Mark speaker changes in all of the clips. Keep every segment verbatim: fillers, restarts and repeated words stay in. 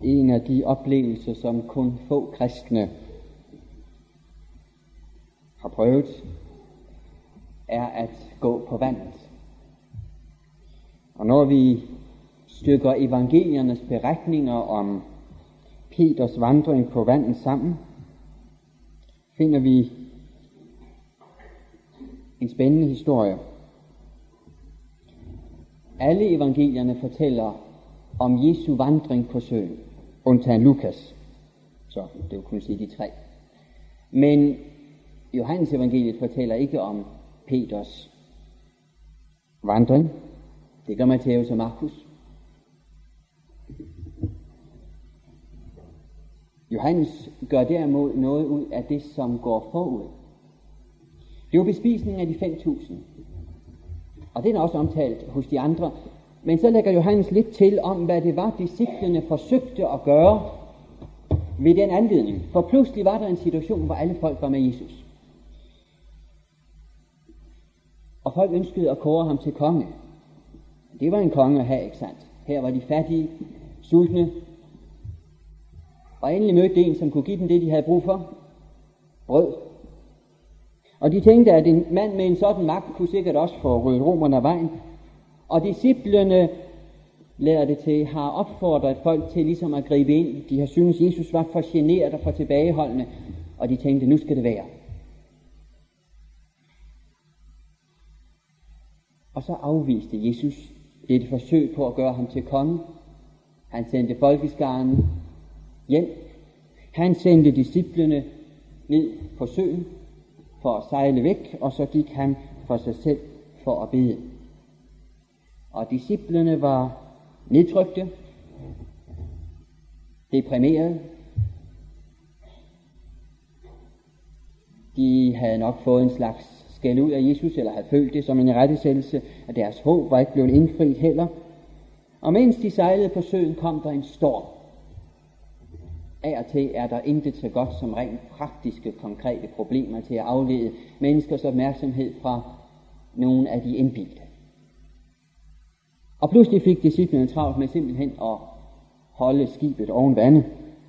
Speaker 1: en af de oplevelser, som kun få kristne har prøvet, er at gå på vandet. Og når vi stykker evangeliernes beretninger om Peters vandring på vandet sammen, finder vi en spændende historie. Alle evangelierne fortæller om Jesu vandring på søen, undtagen Lukas. Så det vil kunne sige de tre. Men Johannes evangeliet fortæller ikke om Peters vandring. Det gør Matthæus og Markus. Johannes gør derimod noget ud af det, som går forud. Det var bespisningen af de fem tusind. Og den er også omtalt hos de andre. Men så lægger Johannes lidt til om, hvad det var, disciplene forsøgte at gøre ved den anledning. For pludselig var der en situation, hvor alle folk var med Jesus. Og folk ønskede at kåre ham til konge. Det var en konge at have, ikke sandt? Her var de fattige, sultne, og endelig mødte en, som kunne give dem det, de havde brug for. Brød. Og de tænkte, at en mand med en sådan magt kunne sikkert også få ryddet romerne af vejen. Og disciplene, lader det til, har opfordret folk til ligesom at gribe ind. De har syntes, Jesus var for generet og for tilbageholdende, og de tænkte, nu skal det være. Og så afviste Jesus dette forsøg på at gøre ham til konge. Han sendte folkeskaren hjem. Han sendte disciplene ned på søen for at sejle væk, og så gik han for sig selv for at bede. Og disciplene var nedtrykte, deprimerede. De havde nok fået en slags skæld ud af Jesus, eller havde følt det som en rettesættelse, at deres håb var ikke blevet indfriet heller. Og mens de sejlede på søen, kom der en storm. Af og til er der intet så godt som rent praktiske, konkrete problemer til at aflede menneskers opmærksomhed fra nogle af de indbildte. Og pludselig fik disciplene travlt med simpelthen at holde skibet oven vande.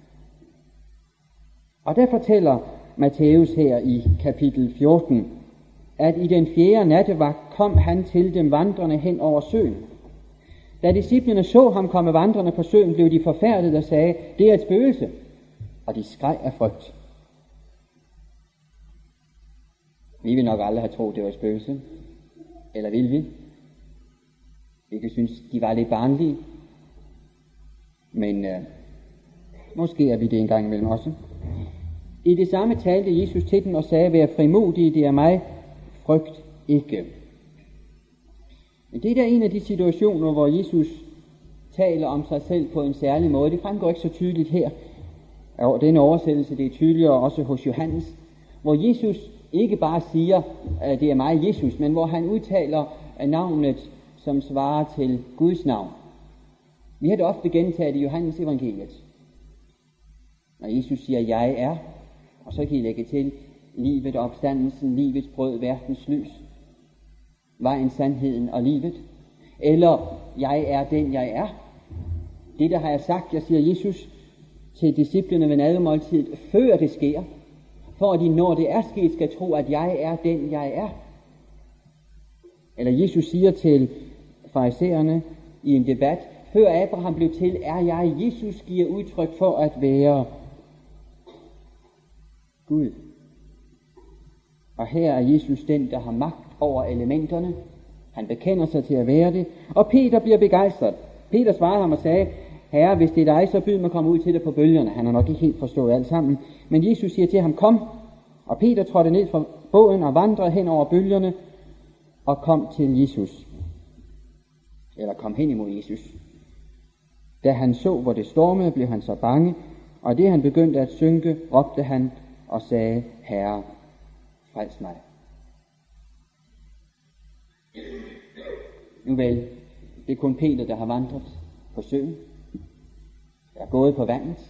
Speaker 1: Og der fortæller Matthæus her i kapitel fjorten, at i den fjerde nattevagt kom han til dem vandrende hen over søen. Da disciplene så ham komme vandrende på søen, blev de forfærdet og sagde, det er et spøgelse. Og de skreg af frygt. Vi vil nok aldrig have troet, det var et spøgelse. Eller vil vi? Vi kan synes, de var lidt barnlige. Men øh, måske er vi det en gang imellem også. I det samme talte Jesus til dem og sagde, vær frimodige, det er mig, frygt ikke. Men det er der en af de situationer, hvor Jesus taler om sig selv på en særlig måde. Det fremgår ikke så tydeligt her. Og denne oversættelse, det er tydeligere også hos Johannes, hvor Jesus ikke bare siger, at det er mig, Jesus, men hvor han udtaler navnet, som svarer til Guds navn. Vi har det ofte gentaget i Johannes evangeliet. Når Jesus siger, jeg er, og så kan I lægge til, livet og opstandelsen, livets brød, verdens lys, vejen, sandheden og livet. Eller, jeg er den, jeg er. Det der har jeg sagt, jeg siger Jesus til disciplene ved nadvermåltidet, før det sker, for at de, når det er sket, skal tro, at jeg er den, jeg er. Eller Jesus siger til farisæerne i en debat, før Abraham blev til, er jeg. Jesus giver udtryk for at være Gud. Og her er Jesus den, der har magt over elementerne. Han bekender sig til at være det. Og Peter bliver begejstret. Peter svarede ham og sagde, Herre, hvis det er dig, så byd mig komme ud til dig på bølgerne. Han har nok ikke helt forstået alt sammen. Men Jesus siger til ham, kom. Og Peter trådte ned fra båden og vandrede hen over bølgerne og kom til Jesus. Eller kom hen imod Jesus. Da han så, hvor det stormede, blev han så bange, og det han begyndte at synke, råbte han og sagde, Herre, frels mig. Nu vel, det er kun Peter, der har vandret på søen. Der er gået på vandet.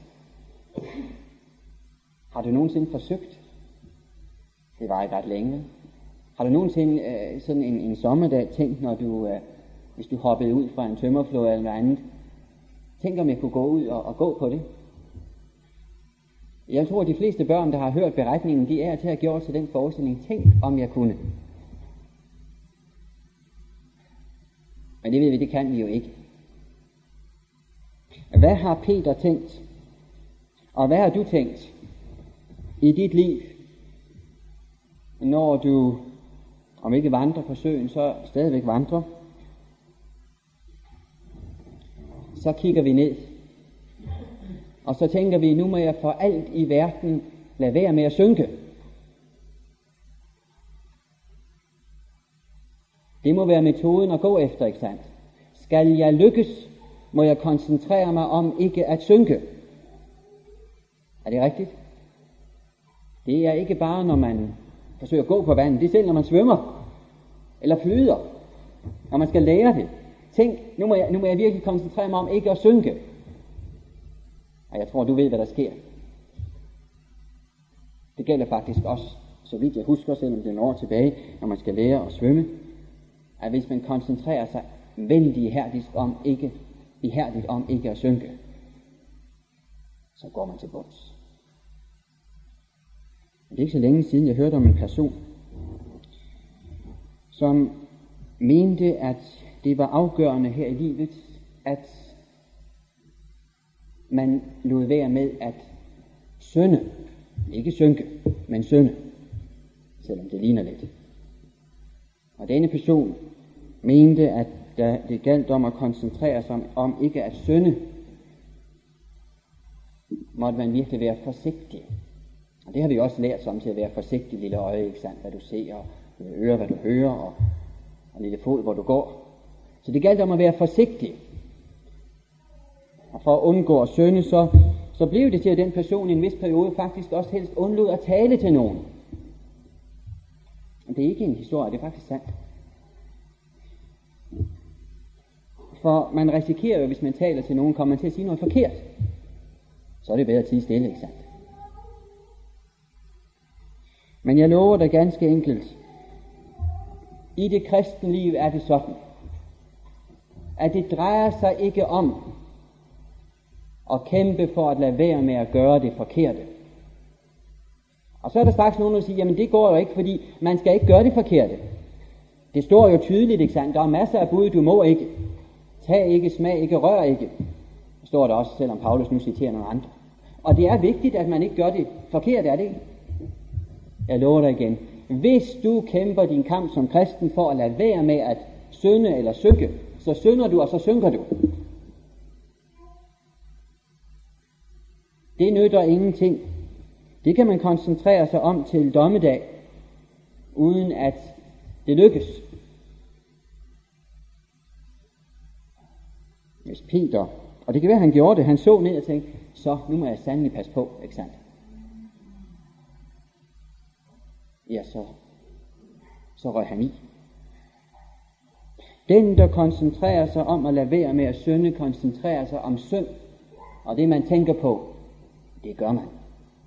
Speaker 1: Har du nogensinde forsøgt? Det var ikke ret længe. Har du nogensinde øh, sådan en, en sommerdag tænkt, når du, øh, hvis du hoppede ud fra en tømmerflåde eller noget andet, Tænk om jeg kunne gå ud og, og gå på det. Jeg tror, at de fleste børn, der har hørt beretningen, de er til at have gjort sig den forestilling. Tænk om jeg kunne. Men det ved vi, det kan vi jo ikke. Hvad har Peter tænkt? Og hvad har du tænkt i dit liv, når du, om ikke vandrer på søen, så stadigvæk vandrer? Så kigger vi ned, og så tænker vi, nu må jeg for alt i verden lade være med at synke. Det må være metoden at gå efter, ikke sandt? Skal jeg lykkes, må jeg koncentrere mig om ikke at synke. Er det rigtigt? Det er ikke bare, når man forsøger at gå på vandet. Det er selv, når man svømmer eller flyder, når man skal lære det. Tænk, nu må jeg, nu må jeg virkelig koncentrere mig om ikke at synke. Og jeg tror, du ved, hvad der sker. Det gælder faktisk også, så vidt jeg husker, selvom det er nogle år tilbage, når man skal lære at svømme, at hvis man koncentrerer sig vældig ihærdigt om ikke, ihærdigt om ikke at synke, så går man til bunds. Det er ikke så længe siden, jeg hørte om en person, som mente, at det var afgørende her i livet, at man lod være med at synde. Ikke synke, men synde, selvom det ligner lidt. Og denne person mente, at det galt om at koncentrere sig om, om ikke at synde, måtte man virkelig være forsigtig. Og det har vi også lært som til at være forsigtig, lille øje, ikke sandt? Hvad du ser, og lille øre, hvad du hører, og, og lille fod, hvor du går. Så det galt om at være forsigtig. Og for at undgå at synde, så, så blev det til, at den person i en vis periode faktisk også helst undlod at tale til nogen. Og det er ikke en historie, det er faktisk sandt. For man risikerer jo, hvis man taler til nogen, kommer man til at sige noget forkert. Så er det bedre at tie stille, ikke sandt? Men jeg lover dig ganske enkelt, i det kristne liv er det sådan, at det drejer sig ikke om at kæmpe for at lade være med at gøre det forkerte. Og så er der straks nogen, der siger, jamen det går jo ikke, fordi man skal ikke gøre det forkerte. Det står jo tydeligt, ikke sandt? Der er masser af bud, du må ikke. Tag ikke, smag ikke, rør ikke. Det står der også, selvom Paulus nu citerer nogle andre. Og det er vigtigt, at man ikke gør det forkerte, er det ikke? Jeg lover dig igen. Hvis du kæmper din kamp som kristen for at lade være med at synde eller synke, så synder du, og så synker du. Det nytter ingenting. Det kan man koncentrere sig om til dommedag, uden at det lykkes. Hvis Peter, og det kan være, han gjorde det, han så ned og tænkte, så nu må jeg sandelig passe på, ikke sandt? Ja, så, så røg han i. Den, der koncentrerer sig om at lade være med at synde, koncentrerer sig om synd, og det man tænker på, det gør man.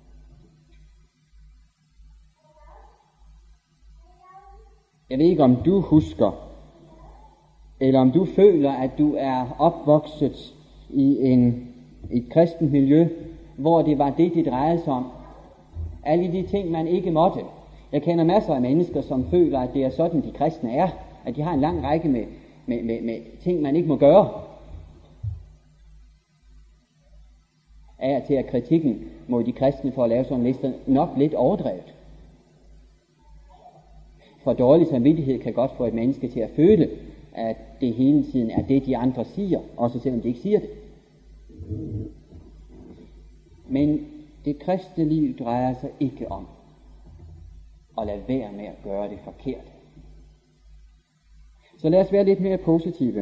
Speaker 1: Jeg ved ikke, om du husker, eller om du føler, at du er opvokset i en, et kristent miljø, hvor det var det, det drejede sig om. Alle de ting, man ikke måtte. Jeg kender masser af mennesker, som føler, at det er sådan, de kristne er. At de har en lang række med, med, med, med ting, man ikke må gøre. Af til at kritikken mod de kristne for at lave sådan en liste nok lidt overdrevet. For dårlig samvittighed kan godt få et menneske til at føle, at det hele tiden er det, de andre siger, også selvom de ikke siger det. Men det kristne liv drejer sig ikke om at lade være med at gøre det forkert. Så lad os være lidt mere positive.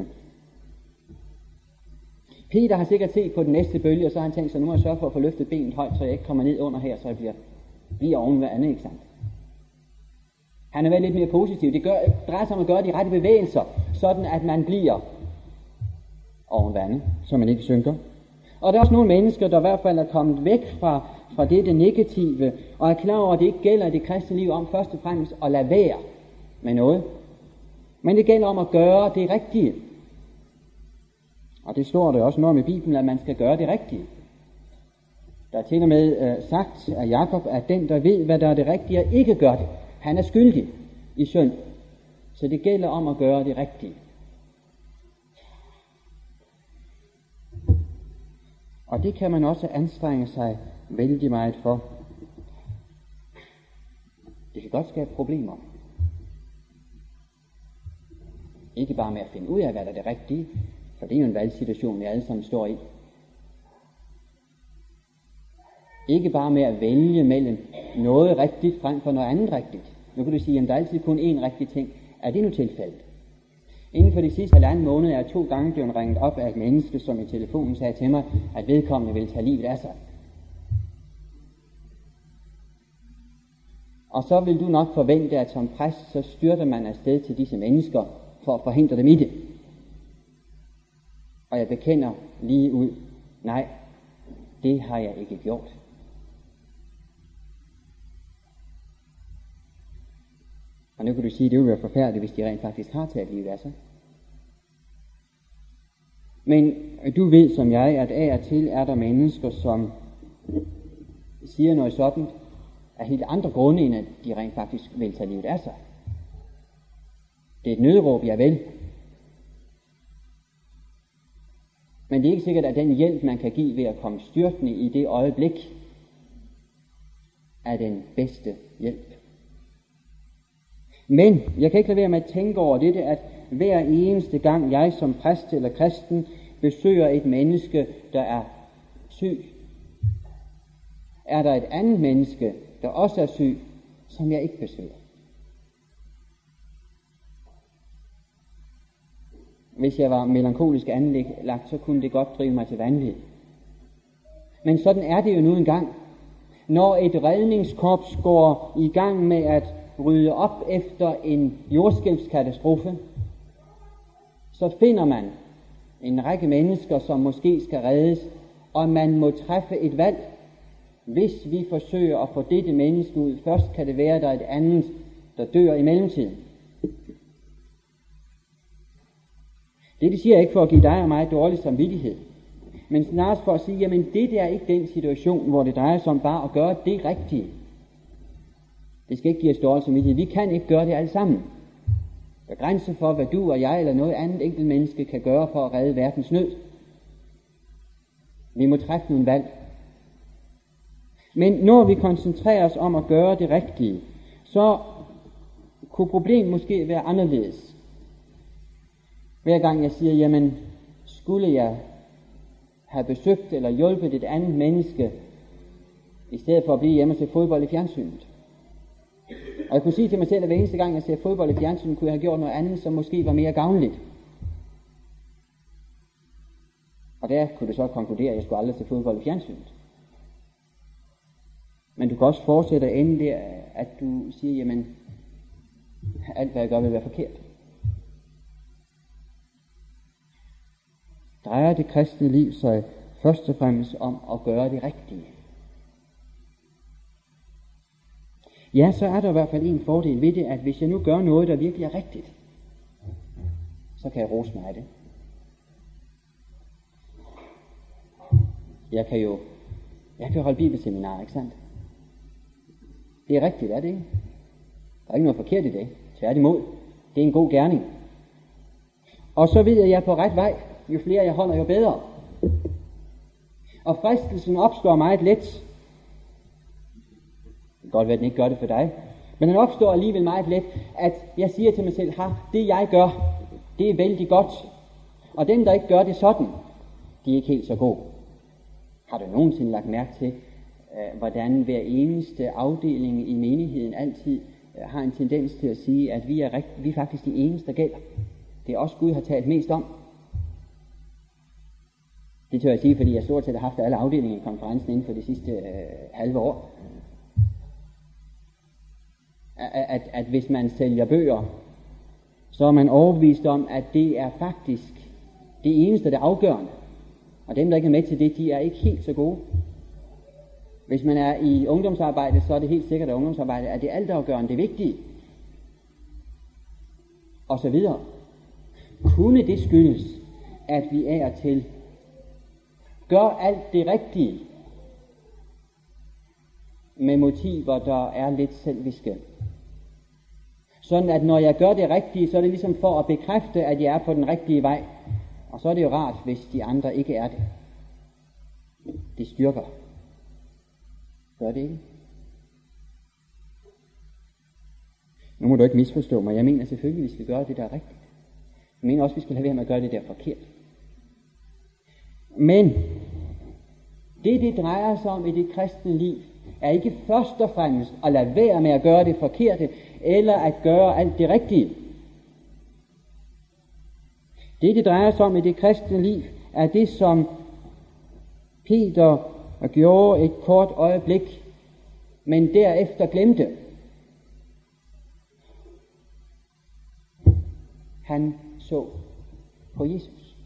Speaker 1: Peter har sikkert set på den næste bølge, og så har han tænkt sig, nu må jeg sørge for at få løftet benet højt, så jeg ikke kommer ned under her, så jeg bliver, bliver oven ved andet, ikke sandt? Han er været lidt mere positiv. Det gør, drejer sig om at gøre de rette bevægelser, sådan at man bliver oven vandet, så man ikke synker. Og der er også nogle mennesker, der i hvert fald er kommet væk fra, fra det, det negative, og er klar over, at det ikke gælder i det kristne liv om først og fremmest at lade være med noget. Men det gælder om at gøre det rigtige. Og det står der også noget om i Bibelen, at man skal gøre det rigtige. Der er til og med øh, sagt af Jakob, at den, der ved, hvad der er det rigtige, og ikke gør det, han er skyldig i synd. Så det gælder om at gøre det rigtige. Og det kan man også anstrenge sig vældig meget for. Det kan godt skabe problemer. Ikke bare med at finde ud af, hvad der er det rigtige, for det er jo en valgsituation, vi alle sammen står i. Ikke bare med at vælge mellem noget rigtigt frem for noget andet rigtigt. Nu kan du sige, at der er altid kun én rigtig ting. Er det nu tilfældet? Inden for de sidste halvanden måned er jeg to gange blevet ringet op af et menneske, som i telefonen sagde til mig, at vedkommende ville tage livet af sig. Og så vil du nok forvente, at som præst, så styrter man afsted til disse mennesker for at forhindre dem i det. Og jeg bekender lige ud, nej, det har jeg ikke gjort. Og nu kan du sige, at det ville være forfærdeligt, hvis de rent faktisk har taget livet af sig. Men du ved som jeg, at af og til er der mennesker, som siger noget sådan, af helt andre grunde, end at de rent faktisk vil tage livet af sig. Det er et nødråb, jeg vel. Men det er ikke sikkert, at den hjælp, man kan give ved at komme styrtende i det øjeblik, er den bedste hjælp. Men jeg kan ikke lade være med at tænke over dette, at hver eneste gang jeg som præst eller kristen besøger et menneske, der er syg, er der et andet menneske, der også er syg, som jeg ikke besøger. Hvis jeg var melankolisk anlagt, så kunne det godt drive mig til vanvid. Men sådan er det jo nu engang. Når et redningskorps går i gang med at rydde op efter en jordskælvskatastrofe, så finder man en række mennesker, som måske skal reddes, og man må træffe et valg. Hvis vi forsøger at få dette menneske ud, først kan det være, at der er et andet, der dør i mellemtiden. Det, det siger jeg ikke for at give dig og mig dårlig samvittighed, men snarere for at sige, jamen det der er ikke den situation, hvor det drejer sig om bare at gøre det rigtige. Det skal ikke give os dårlig samvittighed. Vi kan ikke gøre det alle sammen. Der er grænser for, hvad du og jeg eller noget andet enkelt menneske kan gøre for at redde verdens nød. Vi må træffe nogle valg. Men når vi koncentrerer os om at gøre det rigtige, så kunne problemet måske være anderledes. Hver gang jeg siger, jamen skulle jeg have besøgt eller hjulpet et andet menneske, i stedet for at blive hjemme og se fodbold i fjernsynet. Og jeg kunne sige til mig selv, at hver eneste gang jeg ser fodbold i fjernsynet, kunne jeg have gjort noget andet, som måske var mere gavnligt. Og der kunne du så konkludere, at jeg skulle aldrig se fodbold i fjernsynet. Men du kan også fortsætte at ende der, at du siger, jamen alt hvad jeg gør vil være forkert. Drejer det kristne liv sig først og fremmest om at gøre det rigtige. Ja, så er der i hvert fald en fordel ved det, at hvis jeg nu gør noget, der virkelig er rigtigt, så kan jeg rose mig af det. Jeg kan jo jeg kan holde bibelseminar, ikke sandt? Det er rigtigt, er det ikke? Der er ikke noget forkert i det. Tværtimod, det er en god gerning. Og så ved jeg, at jeg er på ret vej. Jo flere jeg holder, jo bedre. Og fristelsen opstår meget let. Det kan godt være, at den ikke gør det for dig. Men den opstår alligevel meget let, at jeg siger til mig selv, ha, det jeg gør, det er vældig godt. Og dem, der ikke gør det sådan, de er ikke helt så gode. Har du nogensinde lagt mærke til, hvordan hver eneste afdeling i menigheden altid har en tendens til at sige, at vi er, rigt, vi er faktisk de eneste, der gælder. Det er også Gud har talt mest om. Det tør jeg sige, fordi jeg stort set har haft alle afdelinger i konferencen inden for de sidste øh, halve år. At, at, at hvis man sælger bøger, så er man overbevist om, at det er faktisk det eneste, der er afgørende. Og dem, der ikke er med til det, de er ikke helt så gode. Hvis man er i ungdomsarbejde, så er det helt sikkert, at ungdomsarbejde er det altafgørende, det vigtige. Og så videre. Kunne det skyldes, at vi af og til gør alt det rigtige med motiver, der er lidt selviske. Sådan at når jeg gør det rigtige, så er det ligesom for at bekræfte, at jeg er på den rigtige vej. Og så er det jo rart, hvis de andre ikke er det. Det styrker. Gør det ikke? Nu må du ikke misforstå mig. Jeg mener selvfølgelig, at vi skal gøre det, der er rigtigt. Jeg mener også, at vi skal lade være med at gøre det, der er forkert. Men det, det drejer sig om i det kristne liv, er ikke først og fremmest at lade være med at gøre det forkerte, eller at gøre alt det rigtige. Det, det drejer sig om i det kristne liv, er det, som Peter gjorde et kort øjeblik, men derefter glemte. Han så på Jesus.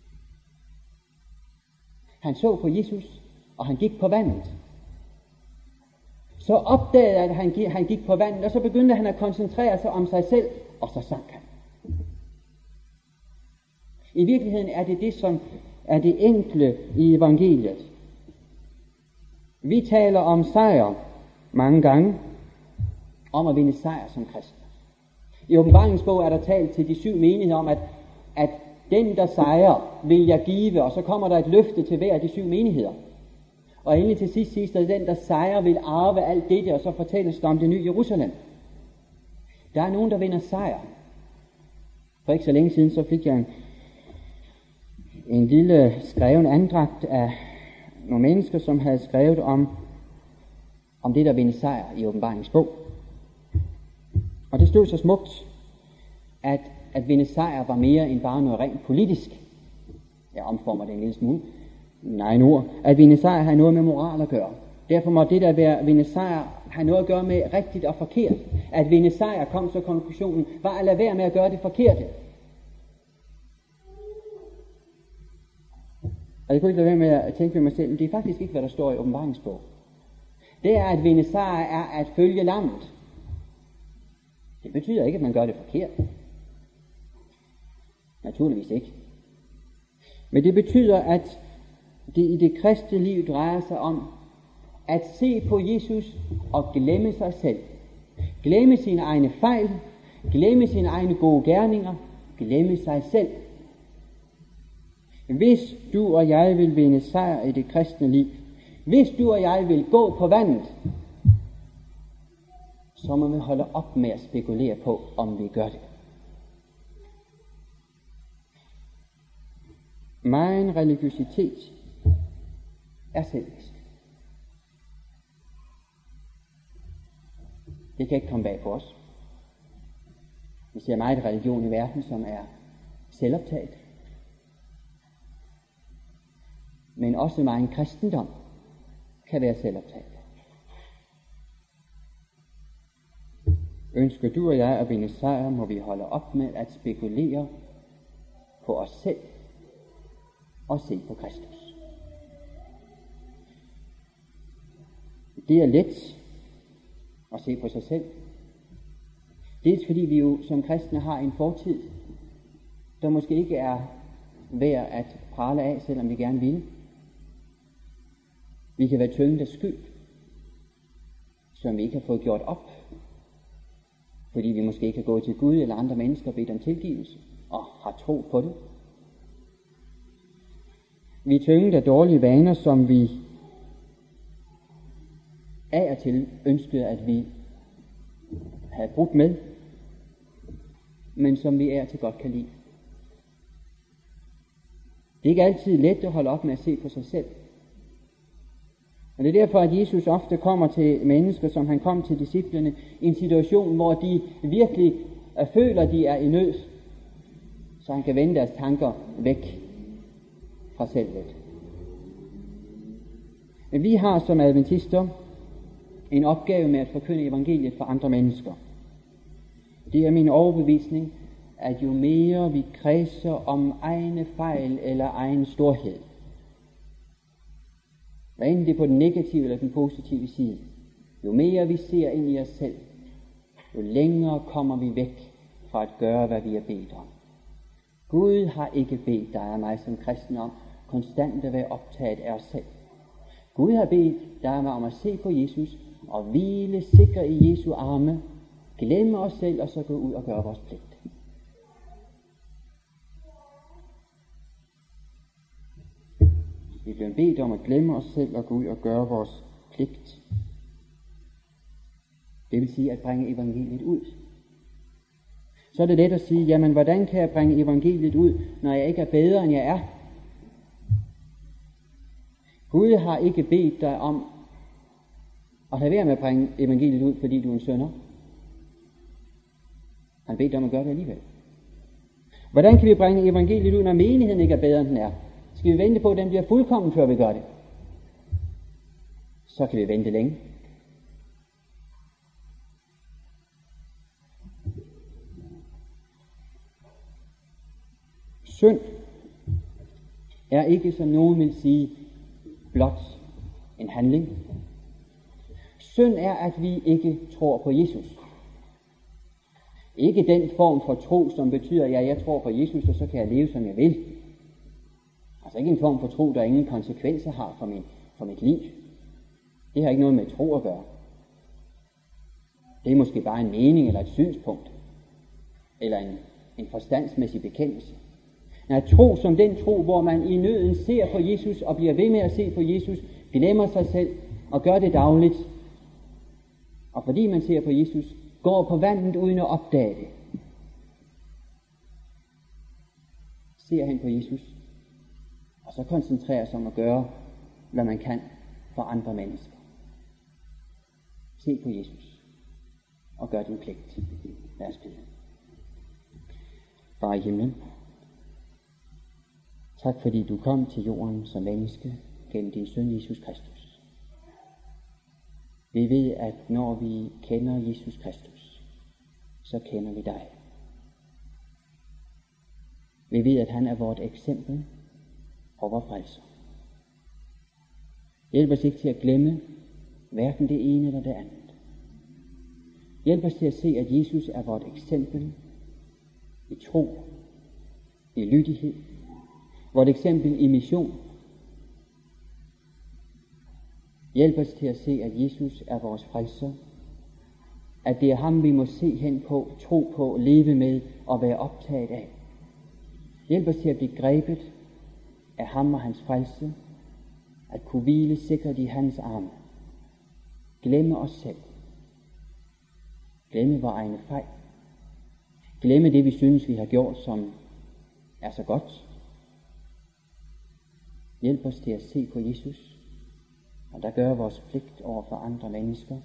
Speaker 1: Han så på Jesus, og han gik på vandet. Så opdagede han, at han gik, han gik på vandet, og så begyndte han at koncentrere sig om sig selv, og så sank han. I virkeligheden er det det, som er det enkle i evangeliet. Vi taler om sejr mange gange, om at vinde sejr som kristne. I åbenbaringsbog er der talt til de syv menigheder om, at, at den, der sejrer, vil jeg give, og så kommer der et løfte til hver af de syv menigheder. Og endelig til sidst siges der, at den, der sejrer, vil arve alt dette, og så fortælles der om det nye Jerusalem. Der er nogen, der vinder sejr. For ikke så længe siden, så fik jeg en, en lille skreven andragt af nogle mennesker, som havde skrevet om, om det, der vinder sejr i åbenbaringsbog. Og det stod så smukt, at at vinde sejr var mere end bare noget rent politisk. Jeg omformer det en lille smule. Nej, en ord. At vinde sejr har noget med moral at gøre. Derfor må det, der være vinde sejr, have noget at gøre med rigtigt og forkert. At vinde sejr, kom så konklusionen, var at lade være med at gøre det forkerte. Og jeg kunne ikke lade være med at tænke ved mig selv, men det er faktisk ikke, hvad der står i åbenbaringsbog. Det er, at vinde sejr er at følge lammet. Det betyder ikke, at man gør det forkert. Naturligvis ikke. Men det betyder, at det i det kristne liv drejer sig om at se på Jesus og glemme sig selv. Glemme sine egne fejl, glemme sine egne gode gerninger, glemme sig selv. Hvis du og jeg vil vinde sejr i det kristne liv, hvis du og jeg vil gå på vandet, så må vi holde op med at spekulere på, om vi gør det. Megen religiøsitet er selvisk. Det kan ikke komme bag på os. Vi ser meget religion i verden, som er selvoptaget. Men også meget kristendom kan være selvoptaget. Ønsker du og jeg at vinde sejr, må vi holde op med at spekulere på os selv og se på Kristus. Det er let at se på sig selv. Dels fordi vi jo som kristne har en fortid, der måske ikke er værd at prale af, selvom vi gerne vil. Vi kan være tynget af skyld, som vi ikke har fået gjort op, fordi vi måske ikke har gået til Gud eller andre mennesker og bedt om tilgivelse og har tro på det. Vi er tynget af dårlige vaner, som vi af og til ønskede, at vi havde brudt med, men som vi er til godt kan lide. Det er ikke altid let at holde op med at se på sig selv. Og det er derfor, at Jesus ofte kommer til mennesker, som han kom til disciplene, i en situation, hvor de virkelig føler, at de er i nød, så han kan vende deres tanker væk fra selvet. Men vi har som adventister en opgave med at forkynde evangeliet for andre mennesker. Det er min overbevisning, at jo mere vi kredser om egne fejl eller egen storhed, hvad enten det er på den negative eller den positive side, jo mere vi ser ind i os selv, jo, jo længere kommer vi væk fra at gøre, hvad vi er bedt om. Gud har ikke bedt dig og mig som kristne om konstant at være optaget af os selv. Gud har bedt dig og mig om at se på Jesus og hvile sikre i Jesu arme, glemme os selv og så gå ud og gøre vores pligt. Vi bliver bedt om at glemme os selv og gå ud og gøre vores pligt. Det vil sige at bringe evangeliet ud. Så er det let at sige, jamen hvordan kan jeg bringe evangeliet ud, når jeg ikke er bedre end jeg er? Gud har ikke bedt dig om at have være med at bringe evangeliet ud, fordi du er en synder. Han har bedt dig om at gøre det alligevel. Hvordan kan vi bringe evangeliet ud, når menigheden ikke er bedre end den er? Skal vi vente på, at den bliver fuldkommen, før vi gør det? Så kan vi vente længe. Synd er ikke, som nogen vil sige, blot en handling. Synd er, at vi ikke tror på Jesus. Ikke den form for tro, som betyder, at ja, jeg tror på Jesus, og så kan jeg leve, som jeg vil. Altså ikke en form for tro, der ingen konsekvenser har for, min, for mit liv. Det har ikke noget med tro at gøre. Det er måske bare en mening eller et synspunkt. Eller en, en forstandsmæssig bekendelse. Nej, tro som den tro, hvor man i nøden ser på Jesus og bliver ved med at se på Jesus, glemmer sig selv og gør det dagligt. Og fordi man ser på Jesus, går på vandet uden at opdage det. Ser hen på Jesus, og så koncentrerer sig om at gøre, hvad man kan for andre mennesker. Se på Jesus og gør din pligt. Lad os bede. Far i himlen, tak fordi du kom til jorden som menneske gennem din søn Jesus Kristus. Vi ved, at når vi kender Jesus Kristus, så kender vi dig. Vi ved, at han er vort eksempel og vor frelser. Hjælp os ikke til at glemme hverken det ene eller det andet. Hjælp os til at se, at Jesus er vort eksempel i tro, i lydighed, vort eksempel i mission. Hjælp os til at se, at Jesus er vores frelser, at det er ham, vi må se hen på, tro på, leve med og være optaget af. Hjælp os til at blive grebet af ham og hans frelse, at kunne hvile sikkert i hans arme. Glemme os selv. Glemme vores egne fejl. Glemme det, vi synes, vi har gjort, som er så godt. Hjælp os til at se på Jesus, og der gør vores pligt over for andre mennesker.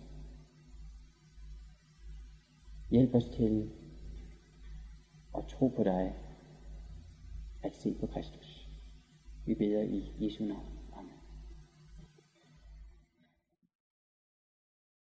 Speaker 1: Hjælp os til at tro på dig, at se på Kristus. Vi beder i Jesu navn.